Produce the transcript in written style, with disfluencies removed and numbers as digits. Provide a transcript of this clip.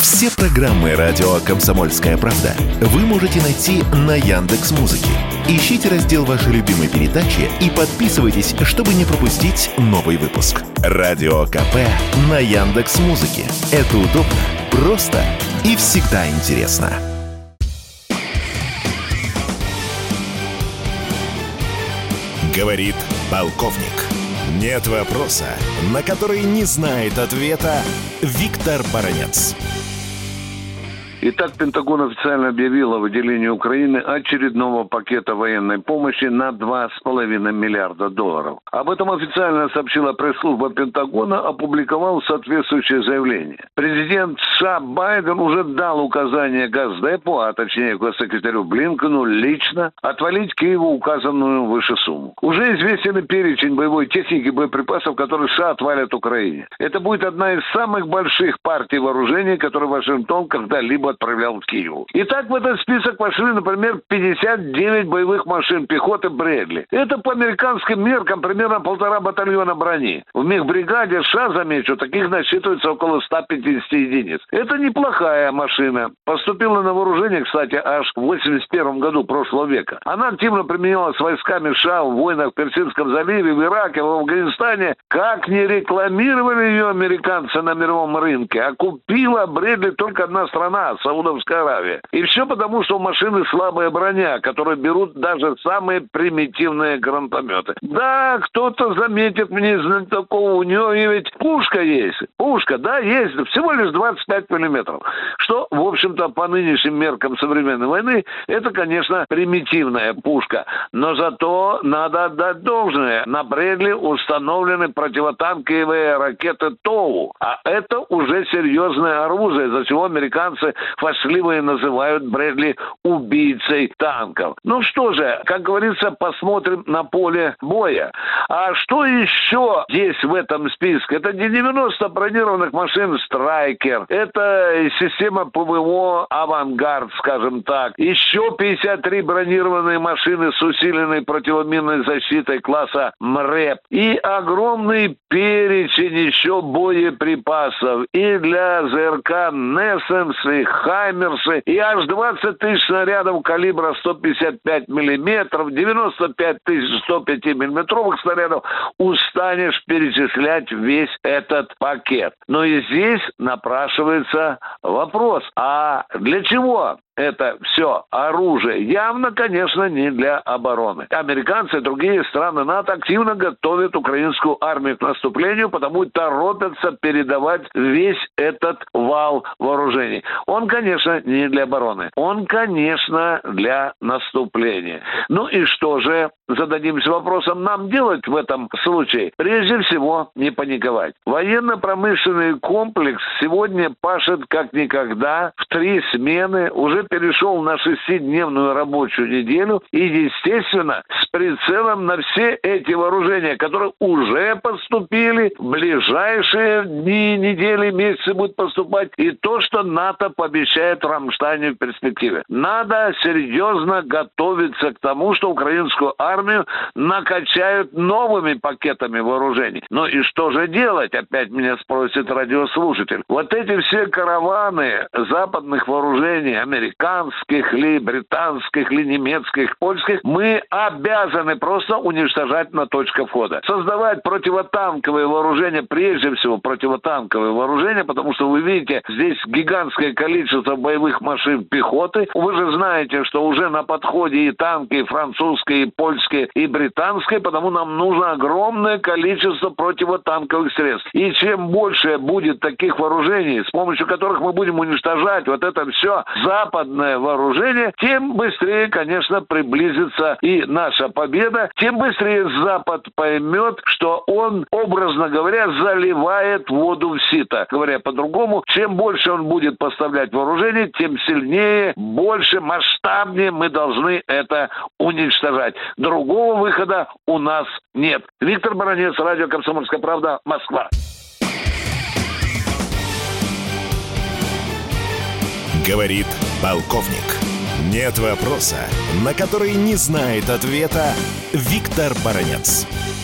Все программы радио «Комсомольская правда» вы можете найти на Яндекс.Музыке. Ищите раздел вашей любимой передачи и подписывайтесь, чтобы не пропустить новый выпуск. Радио КП на Яндекс.Музыке. Это удобно, просто и всегда интересно. Говорит полковник. Нет вопроса, на который не знает ответа Виктор Баранец. Итак, Пентагон официально объявил о выделении Украины очередного пакета военной помощи на $2,5 миллиарда. Об этом официально сообщила пресс-служба Пентагона, опубликовал соответствующее заявление. Президент США Байден уже дал указание Госдепу, а точнее госсекретарю Блинкену лично отвалить Киеву указанную выше сумму. Уже известен и перечень боевой техники и боеприпасов, которые США отвалят Украине. Это будет одна из самых больших партий вооружений, которые Вашингтон когда-либо отправлял в Киев. Итак, в этот список вошли, например, 59 боевых машин пехоты Брэдли. Это по американским меркам примерно 1,5 батальона брони. В мехбригаде США, замечу, таких насчитывается около 150 единиц. Это неплохая машина. Поступила на вооружение, кстати, аж в 1981 году прошлого века. Она активно применялась войсками США в войнах в Персидском заливе, в Ираке, в Афганистане. Как не рекламировали ее американцы на мировом рынке, а купила Брэдли только одна страна — Саудовская Аравия. И все потому, что у машины слабая броня, которую берут даже самые примитивные гранатометы. Да, кто-то заметит мне такого, у нее ведь пушка есть. Пушка, да, есть. Всего лишь 25 миллиметров. Что, в общем-то, по нынешним меркам современной войны, это, конечно, примитивная пушка. Но зато надо отдать должное. На Брэдли установлены противотанковые ракеты ТОУ. А это уже серьезное оружие, из-за чего американцы фальшивые называют Брэдли убийцей танков. Ну что же, как говорится, посмотрим на поле боя. А что еще есть в этом списке? Это 90 бронированных машин «Страйкер». Это система ПВО «Авангард», скажем так. Еще 53 бронированные машины с усиленной противоминной защитой класса МРЭП. И огромный перечень еще боеприпасов. И для ЗРК «Несенс», и «Хаймерсы», и аж 20 тысяч снарядов калибра 155 миллиметров, 95 тысяч 105 миллиметровых снарядов. Устанешь перечислять весь этот пакет. Но и здесь напрашивается вопрос, а для чего это все оружие? Явно, конечно, не для обороны. Американцы и другие страны НАТО активно готовят украинскую армию к наступлению, потому и торопятся передавать весь этот вал вооружений. Он, конечно, не для обороны. Он, конечно, для наступления. Ну и что же, зададимся вопросом, нам делать в этом случае? Прежде всего, не паниковать. Военно-промышленный комплекс сегодня пашет как никогда в 3 смены, уже перешел на 6-дневную рабочую неделю и, естественно, с прицелом на все эти вооружения, которые уже поступили, в ближайшие дни, недели, месяцы будут поступать, и то, что НАТО пообещает Рамштайну в перспективе. Надо серьезно готовиться к тому, что украинскую армию накачают новыми пакетами вооружений. Ну и что же делать? Опять меня спросит радиослушатель. Вот эти все караваны западных вооружений, американских ли, британских ли, немецких, польских, мы обязаны просто уничтожать на точке входа. Создавать противотанковые вооружения, прежде всего противотанковые вооружения, потому что вы видите, здесь гигантское количество боевых машин пехоты. Вы же знаете, что уже на подходе и танки, и французские, и польские, и британские, потому нам нужно огромное количество противотанковых средств. И чем больше будет таких вооружений, с помощью которых мы будем уничтожать вот это все западное вооружение, тем быстрее, конечно, приблизится и наша победа, тем быстрее Запад поймет, что он, образно говоря, заливает воду в сито. Говоря по-другому, чем больше он будет поставлять вооружений, тем сильнее, больше, масштабнее мы должны это уничтожать. Другого выхода у нас нет. Виктор Баранец, радио «Комсомольская правда», Москва. Говорит полковник. Нет вопроса, на который не знает ответа Виктор Баранец.